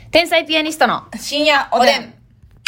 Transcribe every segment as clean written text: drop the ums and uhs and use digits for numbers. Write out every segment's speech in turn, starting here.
天才ピアニストの深夜おでん。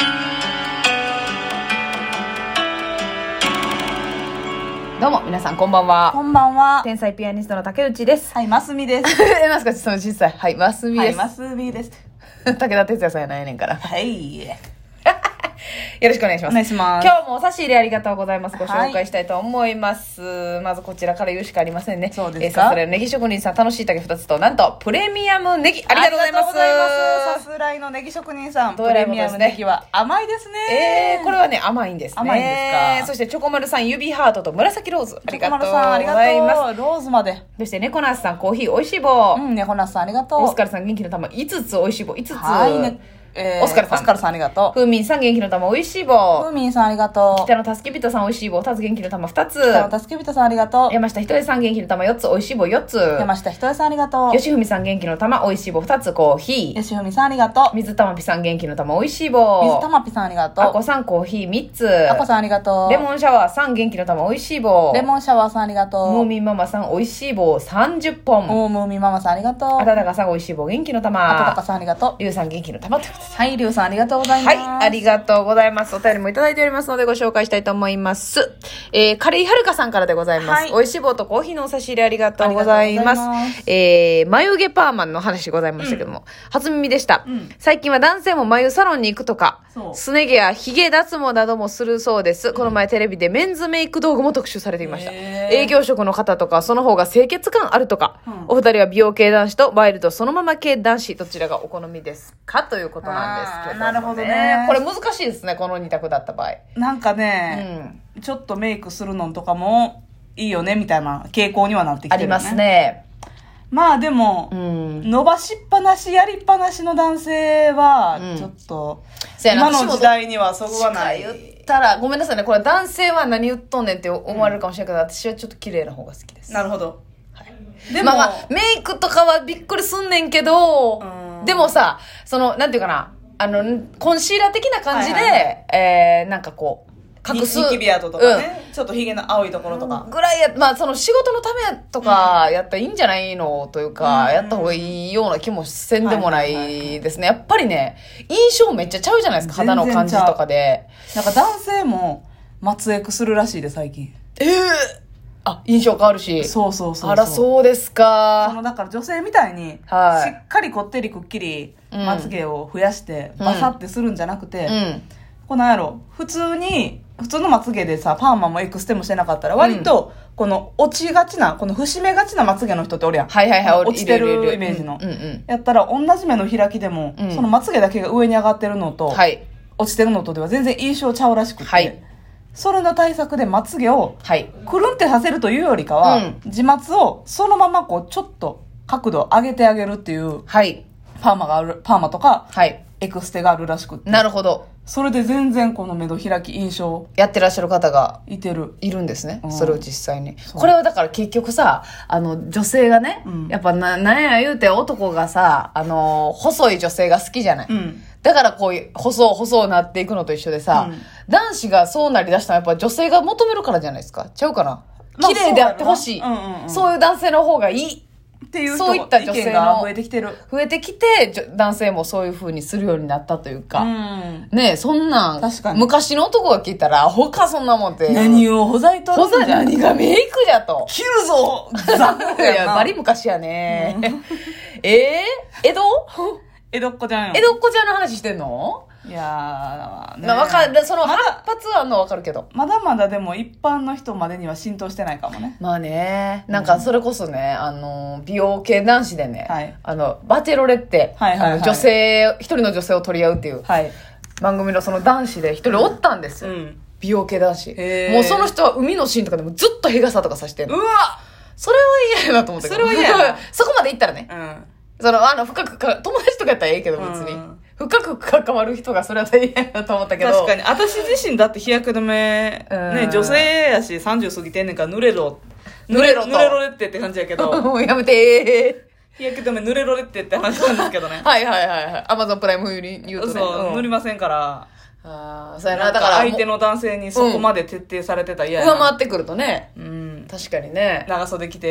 どうも皆さんこんばんは。 こんばんは。 天才ピアニストの竹内です。 はい、ますみです。 なんすかその小さい。はい、ますみはい、 です。 ますみです。 武田鉄矢さんやないねんから。 はい。 よろしくお願いします。 お願いします。 今日もお差し入れありがとうございます。ご紹介したいと思います。まずこちらから言うしかありませんね。 そうですか。 さすらいのネギ職人さん、楽しい竹2つと、なんとプレミアムネギありがとうございます。 さすらいのネギ職人さん、 どうやらプレミアムネギは甘いですね。 これはね甘いんですね。 甘いんですか。 そしてチョコマルさん、指ハートと紫ローズ、ありがとうございます。 チョコマルさんありがとう。ローズまで。 そして猫ナスさん、コーヒーおいしい棒。 猫ナスさんありがとう。 オスカルさん、元気の玉5つおいしい棒5つ。 はいね。 オスカルさんありがとう。 ふうみんさん、元気の玉おいしい棒。 ふうみんさんありがとう。 北野助け人さん、おいしい棒2つ、元気の玉2つ。 北野助け人さんありがとう。 山下ひとえさん、元気の玉4つ、おいしい棒4つ。 山下ひとえさんありがとう。 吉文さん、元気の玉おいしい棒2つ、コーヒー。 吉文さんありがとう。 水玉ぴさん、元気の玉おいしい棒。 水玉ぴさんありがとう。 あこさん、コーヒー3つ。 あこさんありがとう。 レモンシャワーさん、元気の玉おいしい棒。 レモンシャワーさんありがとう。 ムーミンママさん、おいしい棒30本。 ムーミンママさんありがとう。 あたたかさん、おいしい棒元気の玉。 あたたかさんありがとう。 りゅうさん、元気の玉ってことです。 はい、りゅうさんありがとうございます。 はい、ありがとうございます。お便りもいただいておりますのでご紹介したいと思います。カレイはるかさんからでございます。はい、おいしい棒とコーヒーのお差し入れありがとうございます。眉毛パーマンの話ございましたけども、初耳でした、最近は男性も眉サロンに行くとか、すね毛や髭脱毛などもするそうです。この前テレビでメンズメイク道具も特集されていました。営業職の方とか、その方が清潔感あるとか、お二人は美容系男子とワイルドそのまま系男子、どちらがお好みですかということなんですけど、 なるほどね。 これ難しいですね、この2択だった場合。 なんかね、ちょっとメイクするのとかもいいよねみたいな傾向にはなってきてるよね。ありますね。まあでも、伸ばしっぱなしやりっぱなしの男性はちょっと、今の時代にはそぐわない。 言ったらごめんなさいね、これ男性は何言っとんねんって思われるかもしれないけど、私はちょっと綺麗な方が好きです。 なるほど。 でも、メイクとかはびっくりすんねんけど、でもさ、なんていうかな、コンシーラー的な感じで、なんかこう、隠す。 ニキビ跡とかね、ちょっとヒゲの青いところとか。 ぐらい仕事のためとか、やったらいいんじゃないのというか、やった方がいいような気もせんでもないですね。やっぱりね、印象めっちゃちゃうじゃないですか、肌の感じとかで。 なんか男性も、松エクするらしいで、最近。 印象変わるし。 そう。 あら、そうですか。 だから女性みたいに、しっかりこってりくっきり、まつげを増やして、バサってするんじゃなくて、この普通のまつげでさ、パーマもエクステもしてなかったら、割と、この落ちがちな、この節目がちなまつげの人っておるやん。落ちてるイメージの。やったら、同じ目の開きでも、そのまつげだけが上に上がってるのと、落ちてるのとでは全然印象ちゃうらしくて、それの対策でまつげをくるんってさせるというよりかは、自末をそのままこうちょっと角度を上げてあげるっていう、パーマとか、エクステがあるらしくて。 なるほど。 それで全然この目の開き印象やってらっしゃる方がいるんですね。それを実際に。これはだから結局さ、女性がね、やっぱなんや言うて男がさ、細い女性が好きじゃない。だからこういう細なっていくのと一緒でさ、男子がそうなりだしたのはやっぱ女性が求めるからじゃないですか。ちゃうかな。綺麗であってほしい。そういう男性の方がいい。 っていうそういった女性が増えてきてる。 増えてきて、男性もそういう風にするようになったというか。ねえ、そんなん、昔の男が聞いたら、他そんなもんって。 何をほざいとるんじゃ。 何がメイクじゃと。 切るぞいや、バリ昔やね。江戸っ子ちゃんよ。江戸っ子ちゃんの話してんの？ いやー、わかる。その反発はあんのわかるけど。 まだまだでも一般の人までには浸透してないかもね。 まあね。なんかそれこそね、美容系男子でね、バチェロレッテ、女性、一人の女性を取り合うっていう、番組のその男子で一人おったんですよ。美容系男子。もうその人は海のシーンとかでもずっと日傘とかさしてる。 うわそれは嫌やなと思ったけど。 それは嫌やな。 そこまで行ったらね。深く友達とかやったらええけど別に。深く関わる人がそれは大変だと思ったけど。 確かに。私自身だって日焼け止め、ね、女性やし30過ぎてんねんから塗れろれって感じやけど。 もうやめて日焼け止め塗れろれって話なんですけどね。 アマゾンプライムに言うとね。 そう、塗りませんから。 そうやな。だから相手の男性にそこまで徹底されてたら嫌やな。上回ってくるとね。確かにね。 長袖着て。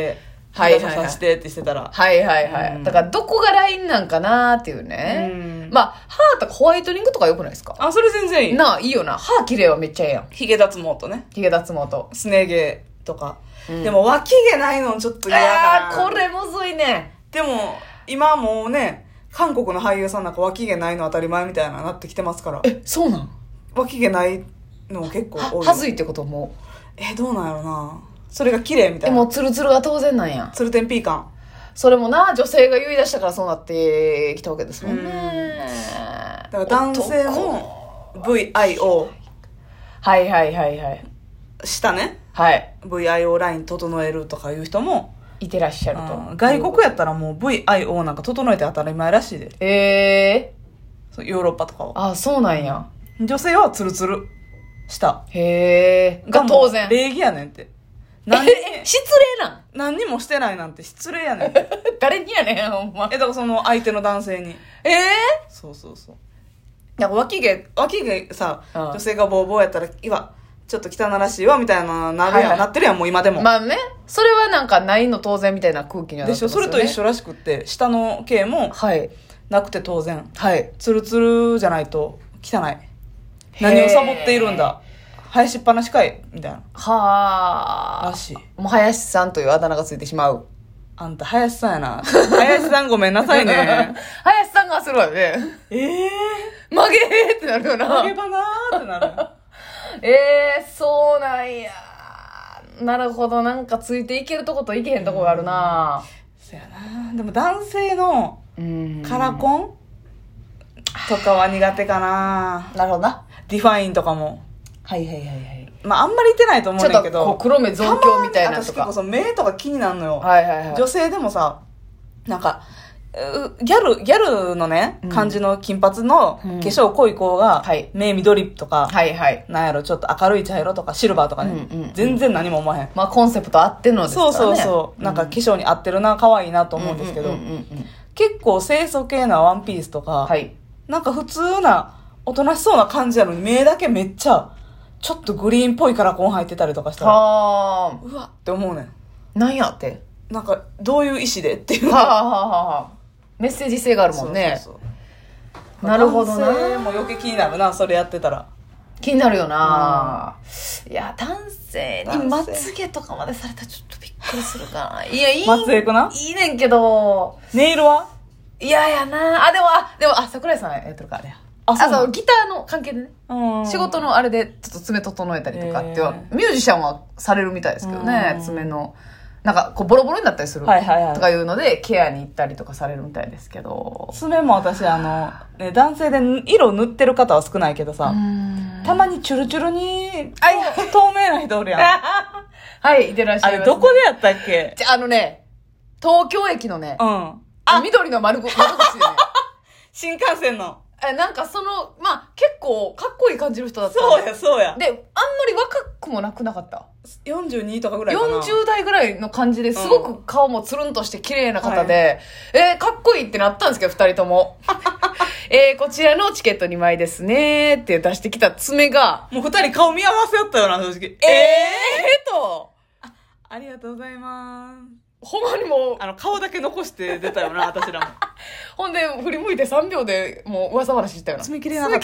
はいはいはい。さしてってしてたら。 はいはいはい。だからどこがラインなんかなっていうね。まあ、歯とかホワイトニングとか良くないですか？ あ、それ全然いい。 なあ、いいよな。歯綺麗はめっちゃええやん。 髭脱毛とね。 髭脱毛と。 すね毛とか。でも脇毛ないのちょっと嫌だな。 これむずいね。 でも、今もうね、韓国の俳優さんなんか脇毛ないの当たり前みたいななってきてますから。 そうなん？ 脇毛ないの結構多い。 はずいってこともどうなんやろな。それが綺麗みたいな。 もうツルツルが当然なんや。 ツルテンピーカン。 それもな、女性が言い出したからそうなってきたわけですもんね。 だから男性も VIO。 はいはいはいはい。 下ね。 はい。 VIO ライン整えるとかいう人もいてらっしゃると。 外国やったらもう VIO なんか整えて当たり前らしいで。ヨーロッパとかは。 あ、そうなんや。 女性はツルツル下。 が当然。 礼儀やねんって。 失礼なん？ 何にもしてないなんて失礼やねん。 誰にやねん、ほんま。 だからその相手の男性に。そうそうそう。だから脇毛さ、女性がボーボーやったら、ちょっと汚らしいわみたいななるやん、なってるやん、もう今でも。 まあね、それはなんかないの当然みたいな空気にはなってますよね。 でしょ、それと一緒らしくって、下の毛もなくて当然。はい。ツルツルじゃないと汚い。何をサボっているんだ。生やしっぱなしかいみたいな。 はあ。 らしい。 もう林さんというあだ名がついてしまう。 あんた林さんやな。林さんごめんなさいね。 林さんがするわよね。曲げーってなるよな。 曲げばなーってなる。 そうなんや。なるほど、なんかついていけるとこといけへんとこがあるな。 そうやな。でも男性のカラコンとかは苦手かな。 なるほどな。 ディファインとかも。 はいはいはいはい。 まああんまりいてないと思うんだけど。 ちょっとこう黒目増強みたいなとか。 私結構その目とか気になるのよ。 はいはいはい。 女性でもさ、なんか、ギャルのね、感じの金髪の化粧濃い子が、目緑とか、なんやろ、ちょっと明るい茶色とかシルバーとかね、全然何も思わへん。 まあコンセプト合ってんのですからね。 そうそうそう。なんか化粧に合ってるな、可愛いなと思うんですけど、結構清楚系なワンピースとか、なんか普通な、おとなしそうな感じなのに、目だけめっちゃ、ちょっとグリーンっぽいカラコン入ってたりとかしたら、うわって思うねん。 なんやって？ なんか、どういう意思でっていう。 メッセージ性があるもんね。 そうなるほどな。男性も余計気になるな、それやってたら。 気になるよな。いや、男性にまつげとかまでされたらちょっとびっくりするかな。いや、いい。 まつげくな？ いいねんけど。 ネイルは？ いややな。でも、桜井さんやってるからね。そう、ギターの関係でね。仕事のあれでちょっと爪整えたりとかっては、ミュージシャンはされるみたいですけどね、爪の。なんか、こう、ボロボロになったりする。とかいうので、ケアに行ったりとかされるみたいですけど。 爪も私、ね、男性で色塗ってる方は少ないけどさ、たまにチュルチュルに、透明な人おるやん。 はい、いてらっしゃいます、 どこでやったっけ？ 東京駅のね、緑の丸口でね。 新幹線の。 なんかまあ、結構かっこいい感じの人だった。 そうや。 で、あんまり若くもなくなかった。 42とかぐらいかな。 40代ぐらいの感じですごく顔もつるんとして綺麗な方で、かっこいいってなったんですけど、二人とも。こちらのチケット2枚ですねって出してきた爪が。 もう二人顔見合わせよったよな、正直。 と。 ありがとうございます。 ほんまにもう、顔だけ残して出たよな、私らも。 ほんで、振り向いて3秒でもう噂話したよな。 爪切れなかった。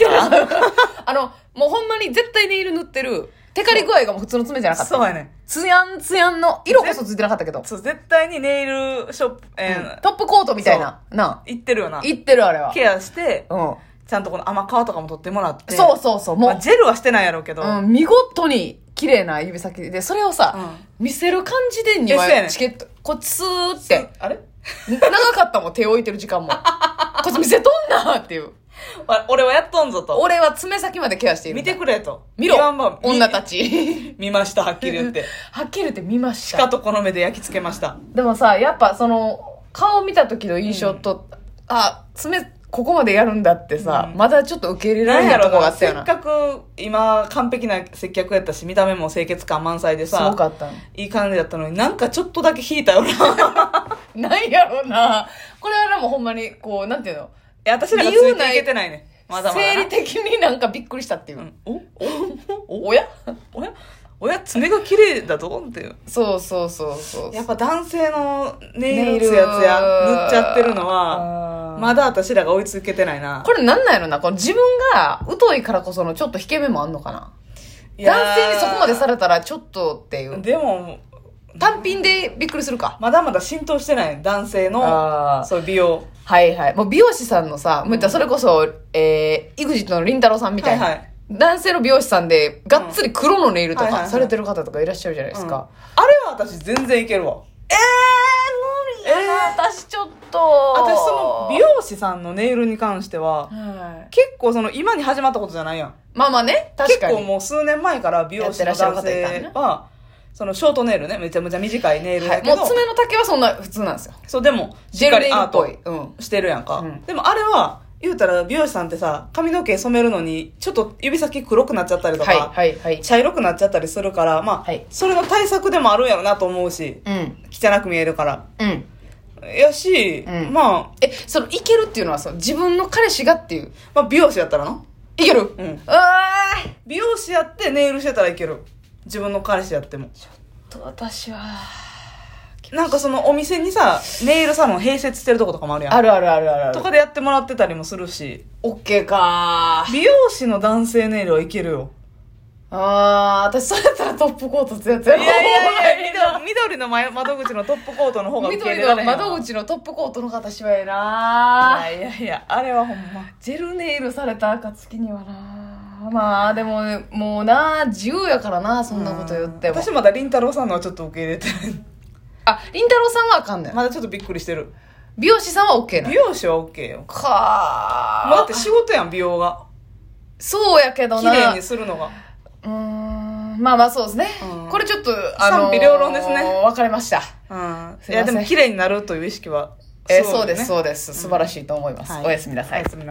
もうほんまに絶対ネイル塗ってる。テカリ具合がもう普通の爪じゃなかった。 そうやね。 ツヤンツヤンの、色こそついてなかったけど。 そう、絶対にネイルショップ、 トップコートみたいな。 行ってるよな。 行ってるあれは。 ケアして、ちゃんとこの甘皮とかも取ってもらって。 そう。 もう、ジェルはしてないやろうけど。 見事に綺麗な指先で、それをさ、見せる感じで2枚チケット、こっちスーって。 あれ長かったもん、手を置いてる時間も。こっち見せとんなっていう。 俺はやっとんぞと。 俺は爪先までケアしている。 見てくれと。 見ろ、女たち。 見ました、はっきり言って。 はっきり言って見ました。 しかとこの目で焼き付けました。 でもさ、やっぱ顔見た時の印象と、爪、ここまでやるんだってさ、まだちょっと受け入れられないとこがあったよな。 せっかく今完璧な接客やったし、見た目も清潔感満載でさ、 すごかったの。 いい感じだったのに、なんかちょっとだけ引いたよな。 なんやろな。これはでもほんまに、こう、なんていうの？ 私らがついていけてないね。 まだまだ。生理的になんかびっくりしたっていう。おや親爪が綺麗だぞっていう。 そうそうそうそう。 やっぱ男性のネイルつやつや塗っちゃってるのは、まだ私らが追いつけてないな。 これなんなんやろな、この自分が疎いからこそのちょっと引け目もあんのかな。男性にそこまでされたらちょっとっていう。 でも、 単品でびっくりするか。 まだまだ浸透してない男性の、そういう美容。 はいはい。もう美容師さんのさ、もう言ったらそれこそ、EXIT のりんたろーさんみたいな。はいはい、男性の美容師さんで、がっつり黒のネイルとかされてる方とかいらっしゃるじゃないですか。 あれは私全然いけるわ。 無理やな、私ちょっと。 私その美容師さんのネイルに関しては、結構その今に始まったことじゃないやん。 まあまあね、確かに。 結構もう数年前から美容師の男性は、そのショートネイルね、めちゃめちゃ短いネイルだけど、 もう爪の丈はそんな普通なんですよ。 そう、でも、しっかりアートしてるやんか。でもあれは、言うたら美容師さんってさ、髪の毛染めるのに、ちょっと指先黒くなっちゃったりとか、茶色くなっちゃったりするから、まあ、それの対策でもあるんやろなと思うし、汚く見えるから。やし、まあ。 その、いけるっていうのはさ、自分の彼氏がっていう。 まあ、美容師やったらのいける美容師やってネイルしてたらいける。自分の彼氏やっても。 ちょっと私は、 なんかそのお店にさ、ネイルサロン併設してるとことかもあるやん。 あるあるあるある。 とかでやってもらってたりもするし。 オッケーか美容師の男性ネイルはいけるよ。 私それやったらトップコートってやつやろ。 いや、緑の窓口のトップコートの方が受け入れられへん。 緑の窓口のトップコートの形はええないや、あれはほんま。 ジェルネイルされた暁にはな。まあでも、もうな、自由やからな、そんなこと言っても。 私まだりんたろーさんのはちょっと受け入れてる。 りんたろーさんはあかんねん。 まだちょっとびっくりしてる。 美容師さんは OK な。 美容師は OK よ。もうだって仕事やん、美容が。 そうやけどな。 綺麗にするのが。 まあまあそうですね。これちょっと、 賛否両論ですね。 わかりました。 いやでも綺麗になるという意識は、 そうです、そうです。素晴らしいと思います。おやすみなさい。